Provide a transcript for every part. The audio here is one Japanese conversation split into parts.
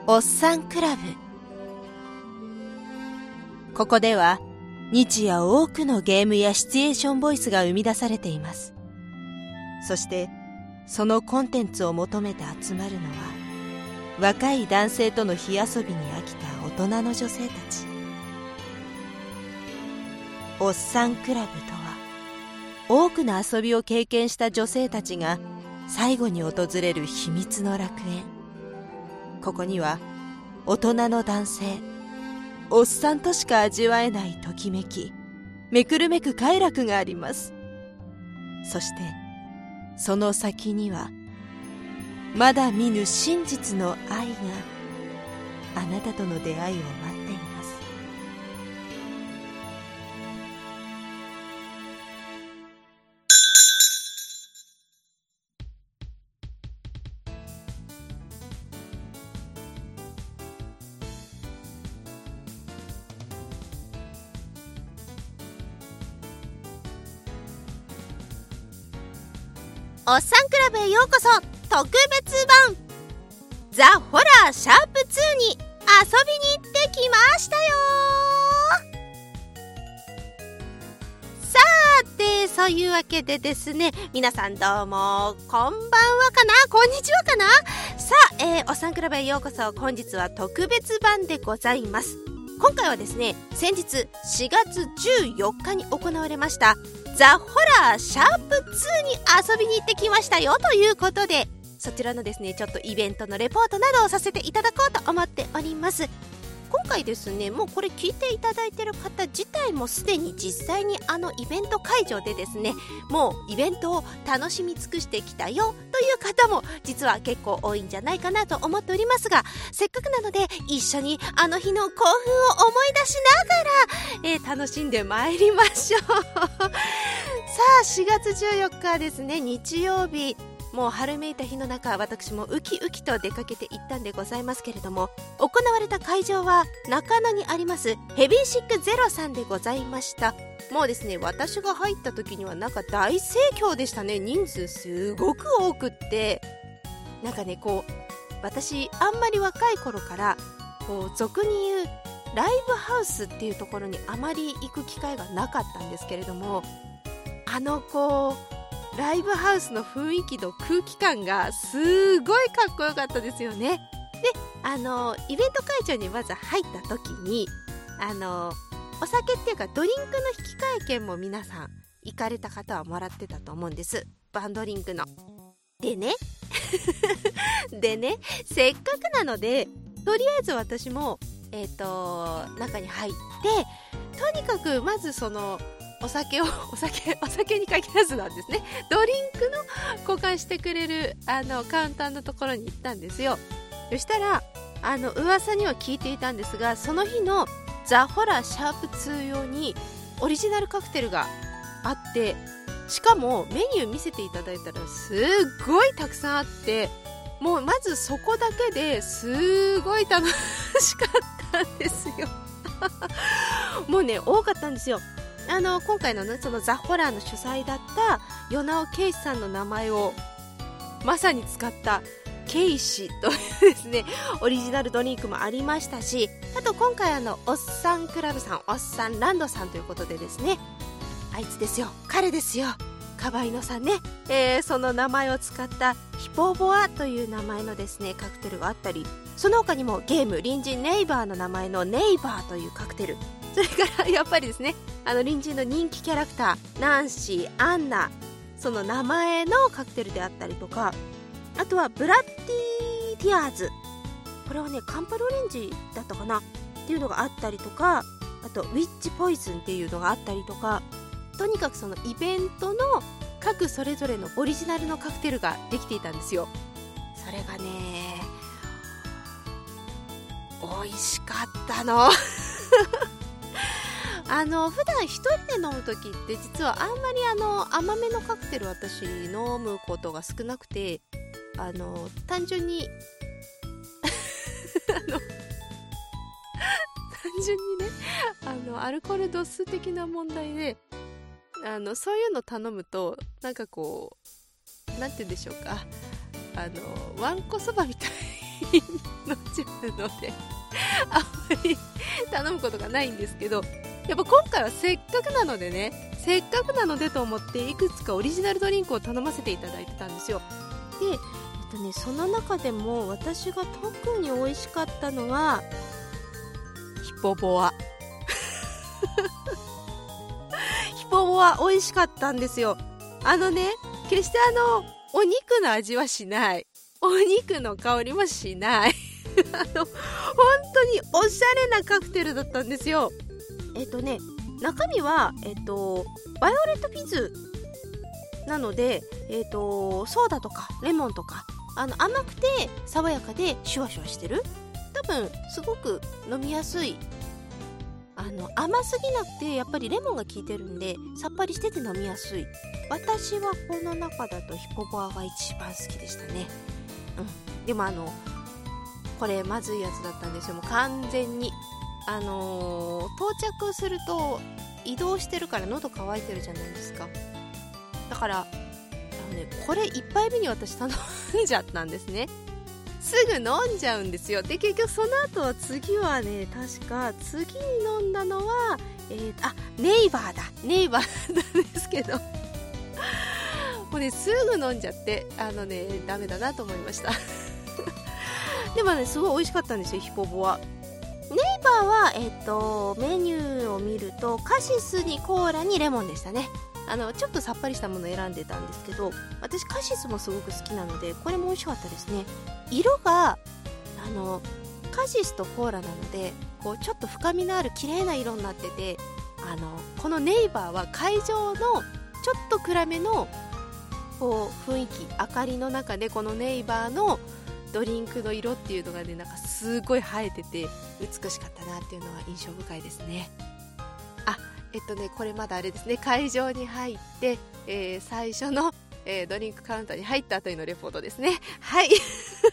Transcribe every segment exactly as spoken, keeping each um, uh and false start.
おっさんクラブ。ここでは日夜多くのゲームやシチュエーションボイスが生み出されています。そしてそのコンテンツを求めて集まるのは、若い男性との火遊びに飽きた大人の女性たち。おっさんクラブとは、多くの遊びを経験した女性たちが最後に訪れる秘密の楽園。ここには大人の男性、おっさんとしか味わえないときめき、めくるめく快楽があります。そしてその先には、まだ見ぬ真実の愛があなたとの出会いを待っています。 おっさんクラブへようこそ。特別版ザ・ホラーシャープツーに遊びに行ってきましたよ。さて、そういうわけでですね、皆さんどうもこんばんはかな、こんにちはかな。さあ、えー、おっさんクラブへようこそ。本日は特別版でございます。今回はですね、先日しがつじゅうよっかに行われましたザ・ホラーシャープツーに遊びに行ってきましたよということで、そちらのですね、ちょっとイベントのレポートなどをさせていただこうと思っております。今回ですね、もうこれ聞いていただいている方自体もすでに実際にあのイベント会場でですね、もうイベントを楽しみ尽くしてきたよという方も実は結構多いんじゃないかなと思っておりますが、せっかくなので一緒にあの日の興奮を思い出しながら、えー、楽しんでまいりましょうさあ、しがつじゅうよっかはですね、日曜日、もう春めいた日の中、私もウキウキと出かけていったんでございますけれども、行われた会場は中野にありますヘビーシックゼロさんでございました。もうですね、私が入った時にはなんか大盛況でしたね。人数すごく多くって、なんかね、こう私あんまり若い頃からこう俗に言うライブハウスっていうところにあまり行く機会がなかったんですけれども、あのこうライブハウスの雰囲気と空気感がすごいかっこよかったですよね。で、あのイベント会場にまず入った時に、あのお酒っていうかドリンクの引き換え券も皆さん行かれた方はもらってたと思うんです。バンドリンクのでねでね、せっかくなのでとりあえず私もえっと中に入って、とにかくまずそのお酒をお酒お酒に限らずなんですね、ドリンクの交換してくれるあのカウンターのところに行ったんですよ。そしたらあの噂には聞いていたんですが、その日のザ・ホラーシャープツー用にオリジナルカクテルがあって、しかもメニュー見せていただいたらすっごいたくさんあって、もうまずそこだけですごい楽しかったんですよもうね、多かったんですよ。あの今回のね、そのザ・ホラーの主催だった与直圭司さんの名前をまさに使ったケイシというですね、オリジナルドリンクもありましたし、あと今回あのおっさんクラブさん、おっさんランドさんということでですね、あいつですよ、彼ですよ、カバイノさんね、えー、その名前を使ったヒポボアという名前のですねカクテルがあったり、その他にもゲーム隣人ネイバーの名前のネイバーというカクテル、それからやっぱりですね、あの隣人の人気キャラクターナンシー、アンナ、その名前のカクテルであったりとか、あとはブラッディティアーズ、これはねカンパルオレンジだったかなっていうのがあったりとか、あとウィッチポイズンっていうのがあったりとか、とにかくそのイベントの各それぞれのオリジナルのカクテルができていたんですよ。それがね美味しかったのあの普段一人で飲む時って実はあんまりあの甘めのカクテル私飲むことが少なくて、あの単純にあの単純にね、あのアルコール度数的な問題で、あのそういうの頼むとなんかこうなんて言うんでしょうか、あのわんこそばみたい飲んじゃうのであんまり頼むことがないんですけど、やっぱ今回はせっかくなのでねせっかくなのでと思っていくつかオリジナルドリンクを頼ませていただいてたんですよ。で、えっとね、その中でも私が特に美味しかったのはヒポボアヒポボア美味しかったんですよ。あのね、決してあのお肉の味はしない、お肉の香りもしないあの本当におしゃれなカクテルだったんですよ。えっとね中身は、えっと、バイオレットピズなので、えっと、ソーダとかレモンとかあの甘くて爽やかでシュワシュワしてる、多分すごく飲みやすい、あの甘すぎなくてやっぱりレモンが効いてるんでさっぱりしてて飲みやすい。私はこの中だとヒポボアが一番好きでしたね。うん、でもあのこれまずいやつだったんですよ。もう完全にあのー、到着すると移動してるから喉乾いてるじゃないですか。だからあの、ね、これ一杯目に私頼んじゃったんですね。すぐ飲んじゃうんですよ。で結局その後は次はね、確か次に飲んだのは、えー、あネイバーだネイバーなんですけどもうねすぐ飲んじゃってあのねダメだなと思いましたでもねすごい美味しかったんですよ、ヒポボは。ネイバーは、えっと、メニューを見るとカシスにコーラにレモンでしたね。あのちょっとさっぱりしたものを選んでたんですけど、私カシスもすごく好きなのでこれも美味しかったですね。色があのカシスとコーラなのでこうちょっと深みのある綺麗な色になってて、あのこのネイバーは会場のちょっと暗めのこう雰囲気、明かりの中でこのネイバーのドリンクの色っていうのがね、なんかすごい映えてて美しかったなっていうのは印象深いですね。あ、えっとねこれまだあれですね、会場に入って、えー、最初の、えー、ドリンクカウンターに入った後のレポートですね。はいで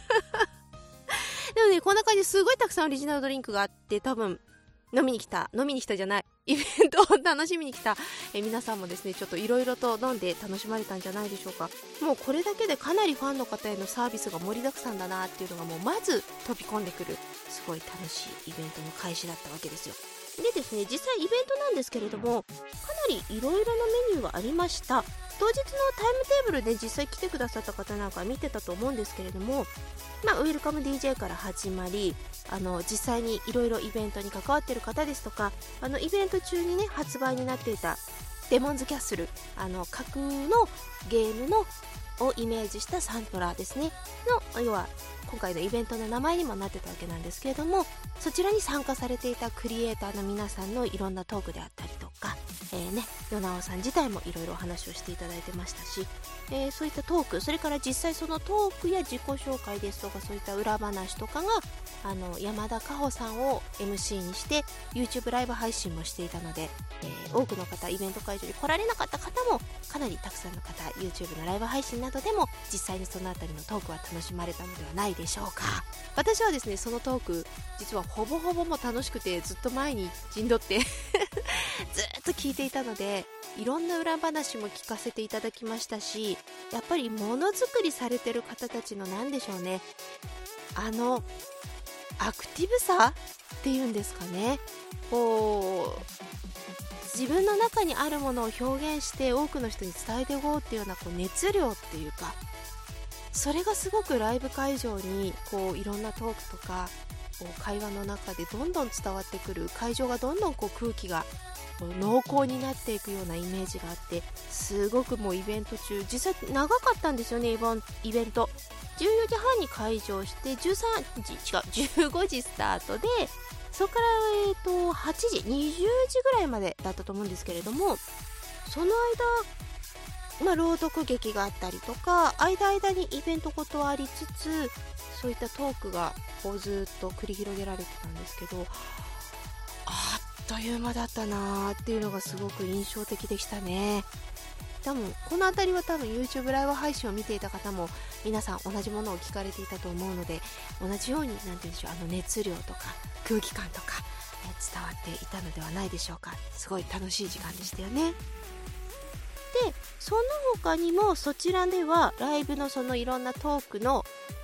もねこんな感じですごいたくさんオリジナルドリンクがあって、多分飲みに来た飲みに来たじゃないイベントを楽しみに来た、えー、皆さんもですねちょっといろいろと飲んで楽しまれたんじゃないでしょうか。もうこれだけでかなりファンの方へのサービスが盛りだくさんだなっていうのがもうまず飛び込んでくる、すごい楽しいイベントの開始だったわけですよ。でですね、実際イベントなんですけれどもかなりいろいろなメニューがありました。当日のタイムテーブルで実際来てくださった方なんか見てたと思うんですけれども、まあ、ウェルカム ディージェー から始まり、あの実際にいろいろイベントに関わっている方ですとか、あのイベント中にね発売になっていたデモンズキャッスル、あの架空のゲームのをイメージしたサントラですねの、要は今回のイベントの名前にもなってたわけなんですけれども、そちらに参加されていたクリエイターの皆さんのいろんなトークであったりとか、えーね、ヨナオさん自体もいろいろお話をしていただいてましたし、えー、そういったトーク、それから実際そのトークや自己紹介ですとかそういった裏話とかがあの山田佳穂さんを エムシー にして YouTube ライブ配信もしていたので、えー、多くの方、イベント会場に来られなかった方もかなりたくさんの方 YouTube のライブ配信などでも実際にそのあたりのトークは楽しまれたのではないでしょうか。私はですねそのトーク実はほぼほぼも楽しくてずっと前に陣取ってずっと聞いていたので、いろんな裏話も聞かせていただきましたし、やっぱりものづくりされてる方たちのなんでしょうね、あのアクティブさっていうんですかね、こう自分の中にあるものを表現して多くの人に伝えていこうっていうようなこう熱量っていうか、それがすごくライブ会場にこういろんなトークとかこう会話の中でどんどん伝わってくる、会場がどんどんこう空気が濃厚になっていくようなイメージがあって、すごくもうイベント中実際長かったんですよね。イベントじゅうよじはんに開場してじゅうさんじ違うじゅうごじスタートで、そこから、えー、とはちじにじゅうじぐらいまでだったと思うんですけれども、その間、まあ、朗読劇があったりとか間間にイベントごとありつつ、そういったトークがこうずっと繰り広げられてたんですけど、あっという間だったなーっていうのがすごく印象的でしたね。多分このあたりは多分 YouTube ライブ配信を見ていた方も皆さん同じものを聞かれていたと思うので、同じようになんて言うんでしょう、あの熱量とか空気感とか、え伝わっていたのではないでしょうか。すごい楽しい時間でしたよね。でその他にもそちらではライブのそのいろんなトークの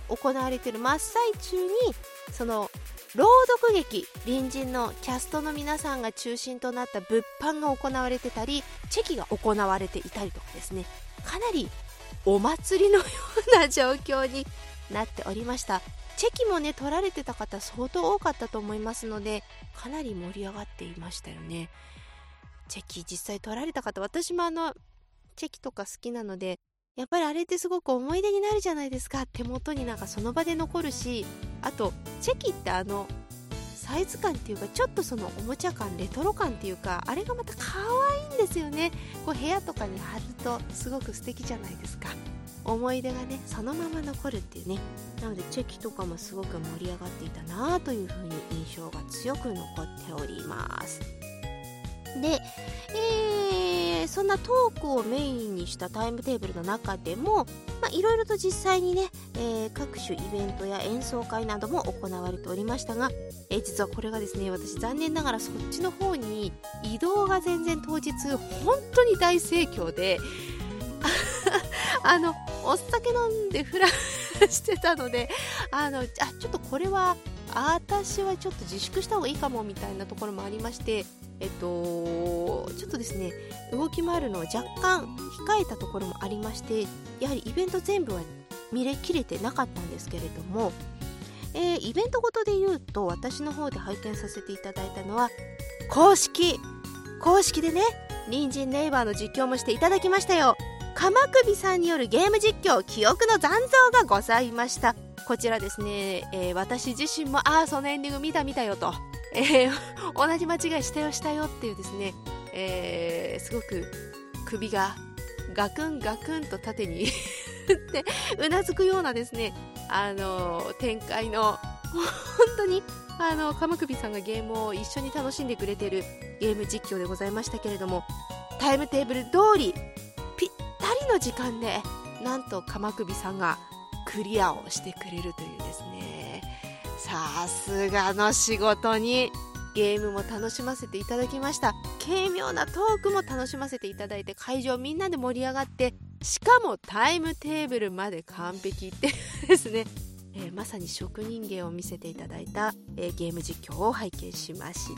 行われている真っ最中にその朗読劇、隣人のキャストの皆さんが中心となった物販が行われてたり、チェキが行われていたりとかですね、かなりお祭りのような状況になっておりました。チェキもね取られてた方相当多かったと思いますので、かなり盛り上がっていましたよね。チェキ実際取られた方、私もあのチェキとか好きなので、やっぱりあれってすごく思い出になるじゃないですか。手元になんかその場で残るし、あとチェキってあのサイズ感っていうか、ちょっとそのおもちゃ感、レトロ感っていうか、あれがまた可愛いんですよね。こう部屋とかに貼るとすごく素敵じゃないですか。思い出がねそのまま残るっていうね。なのでチェキとかもすごく盛り上がっていたなというふうに印象が強く残っております。で、えー、そんなトークをメインにしたタイムテーブルの中でも、いろいろと実際にね、えー、各種イベントや演奏会なども行われておりましたが、えー、実はこれがですね、私残念ながらそっちの方に移動が全然当日本当に大盛況であのお酒飲んでフラしてたので、あのあちょっとこれは私はちょっと自粛した方がいいかもみたいなところもありまして、えっとちょっとですね動き回るのを若干控えたところもありまして、やはりイベント全部は見れきれてなかったんですけれども、えー、イベントごとで言うと私の方で拝見させていただいたのは公式公式でね、隣人ネイバーの実況もしていただきましたよ。鎌首さんによるゲーム実況、記憶の残像がございました。こちらですね、えー、私自身もあーそのエンディング見た見たよと、えー、同じ間違いしたよしたよっていうですね、えー、すごく首がガクンガクンと縦にってうなずくようなですね、あのー、展開の本当にあの鎌首さんがゲームを一緒に楽しんでくれているゲーム実況でございましたけれども、タイムテーブル通りぴったりの時間でなんと鎌首さんがクリアをしてくれるというですね、さすがの仕事にゲームも楽しませていただきました。軽妙なトークも楽しませていただいて、会場みんなで盛り上がって、しかもタイムテーブルまで完璧ってですね、えー、まさに職人芸を見せていただいた、えー、ゲーム実況を拝見しました。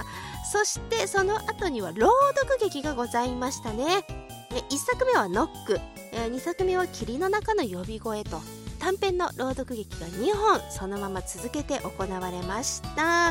そしてその後には朗読劇がございましたね。いっさくめはノック、えー、にさくめは霧の中の呼び声と短編の朗読劇がにほんそのまま続けて行われました。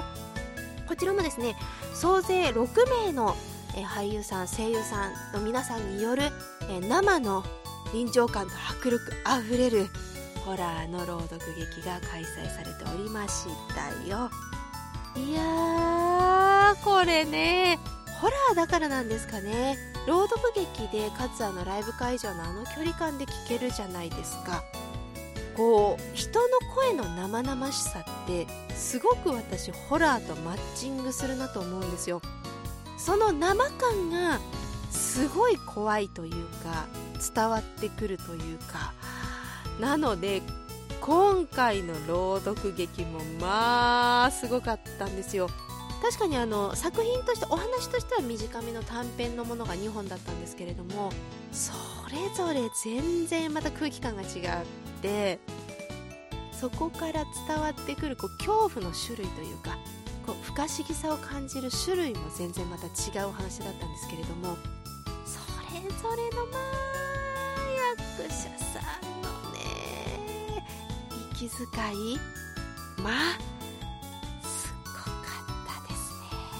こちらもですね、総勢ろくめいの、えー、俳優さん声優さんの皆さんによる、えー、生の臨場感と迫力あふれるホラーの朗読劇が開催されておりましたよ。いやーこれねホラーだからなんですかね、朗読劇でかつあのライブ会場のあの距離感で聞けるじゃないですか。こう人の声の生々しさってすごく私ホラーとマッチングするなと思うんですよ。その生感がすごい怖いというか伝わってくるというか、なので今回の朗読劇もまあすごかったんですよ。確かにあの作品としてお話としては短めの短編のものがにほんだったんですけれども、それぞれ全然また空気感が違って、そこから伝わってくるこう恐怖の種類というかこう不可思議さを感じる種類も全然また違うお話だったんですけれども、それぞれのまあ役者さんのね息遣いまあすごかったです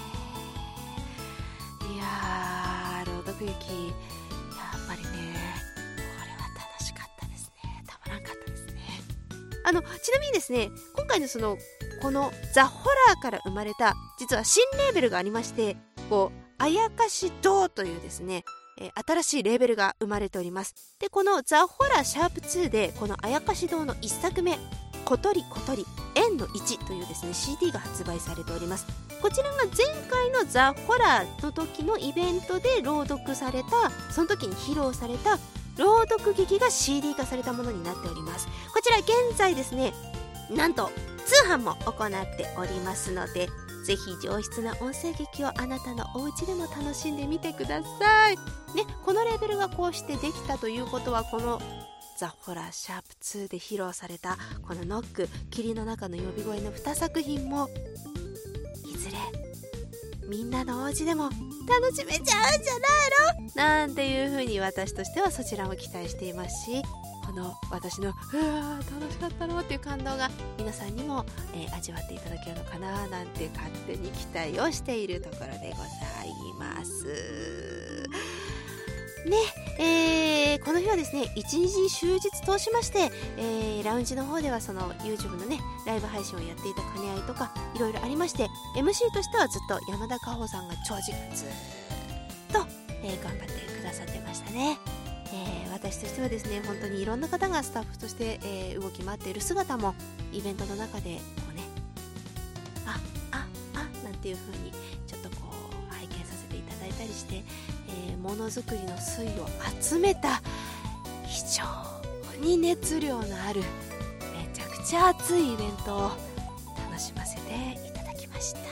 ね。いやー朗読劇やっぱりねこれは楽しかったですね。たまらんかったですね。あのちなみにですね、今回のそのこのザ・ホラーから生まれた実は新レーベルがありまして、こうあやかし堂というですね、えー、新しいレーベルが生まれております。でこのザ・ホラーシャープツーでこのあやかし堂のいっさくめことりことり円のいちというですね シーディー が発売されております。こちらが前回のザ・ホラーの時のイベントで朗読された、その時に披露された朗読劇が シーディー 化されたものになっております。こちら現在ですね、なんと通販も行っておりますので、ぜひ上質な音声劇をあなたのお家でも楽しんでみてください、ね、このレベルがこうしてできたということは、このザ・ホラーシャープツーで披露されたこのノック、霧の中の呼び声のにさく品もいずれみんなのお家でも楽しめちゃうんじゃないのなんていう風に私としてはそちらも期待していますし、この私のうわー楽しかったのっていう感動が皆さんにも、えー、味わっていただけるのかななんて勝手に期待をしているところでございますね。えー、この日はですね一日終日通しまして、えー、ラウンジの方ではその YouTube のねライブ配信をやっていた兼ね合いとかいろいろありまして、 エムシー としてはずっと山田佳穂さんが長時間ずっと、えー、頑張ってくださってましたね。えー、私としてはですね本当にいろんな方がスタッフとして、えー、動き回っている姿もイベントの中でこうねあああなんていう風にちょっとこう拝見させていただいたりして、えー、ものづくりの粋を集めた非常に熱量のあるめちゃくちゃ熱いイベントを楽しませていただきました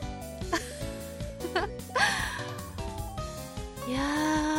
いや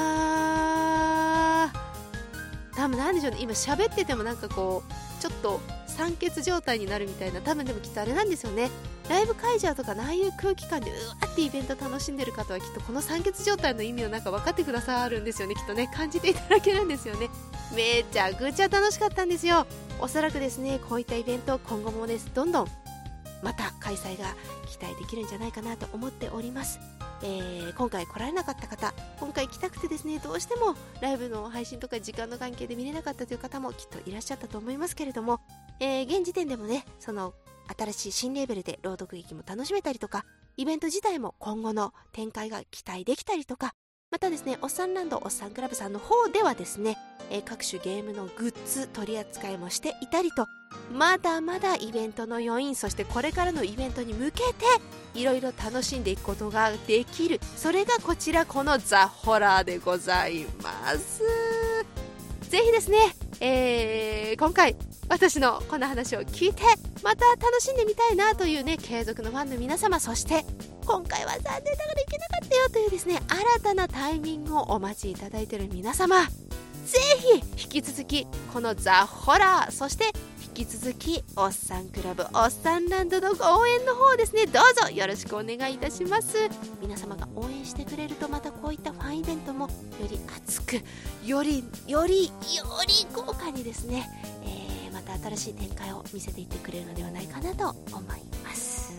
ー多分なんでしょうね、今喋っててもなんかこうちょっと酸欠状態になるみたいな、多分でもきっとあれなんですよね、ライブ会場とかああいう空気感でうわってイベント楽しんでる方はきっとこの酸欠状態の意味をなんか分かってくださるんですよね、きっとね感じていただけるんですよね。めちゃくちゃ楽しかったんですよ。おそらくですねこういったイベント今後もですどんどんまた開催が期待できるんじゃないかなと思っております。えー、今回来られなかった方、今回来たくてですねどうしてもライブの配信とか時間の関係で見れなかったという方もきっといらっしゃったと思いますけれども、えー、現時点でもねその新しい新レベルで朗読劇も楽しめたりとか、イベント自体も今後の展開が期待できたりとか、またですねおっさんランドおっさんクラブさんの方ではですね、えー、各種ゲームのグッズ取り扱いもしていたりと、まだまだイベントの余韻、そしてこれからのイベントに向けていろいろ楽しんでいくことができる、それがこちらこのザ・ホラーでございます。ぜひですね、えー、今回私のこの話を聞いてまた楽しんでみたいなというね継続のファンの皆様、そして今回は残念ながらいけなかったよというですね新たなタイミングをお待ちいただいている皆様、ぜひ引き続きこのザ・ホラー、そして引き続きおっさんクラブおっさんランドの応援の方ですねどうぞよろしくお願いいたします。皆様が応援してくれるとまたこういったファンイベントもより熱くよりよりより豪華にですね、えー、また新しい展開を見せていってくれるのではないかなと思います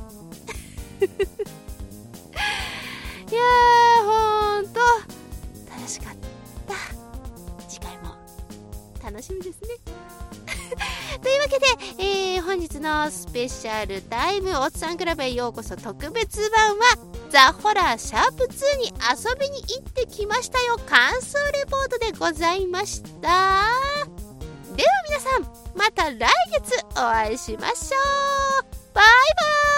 いやーほんと楽しかった。次回も楽しみですねというわけで、えー、本日のスペシャルタイムおっさんクラブへようこそ特別版はザ・ホラーシャープツーに遊びに行ってきましたよ感想レポートでございました。では皆さんまた来月お会いしましょう。バイバーイ。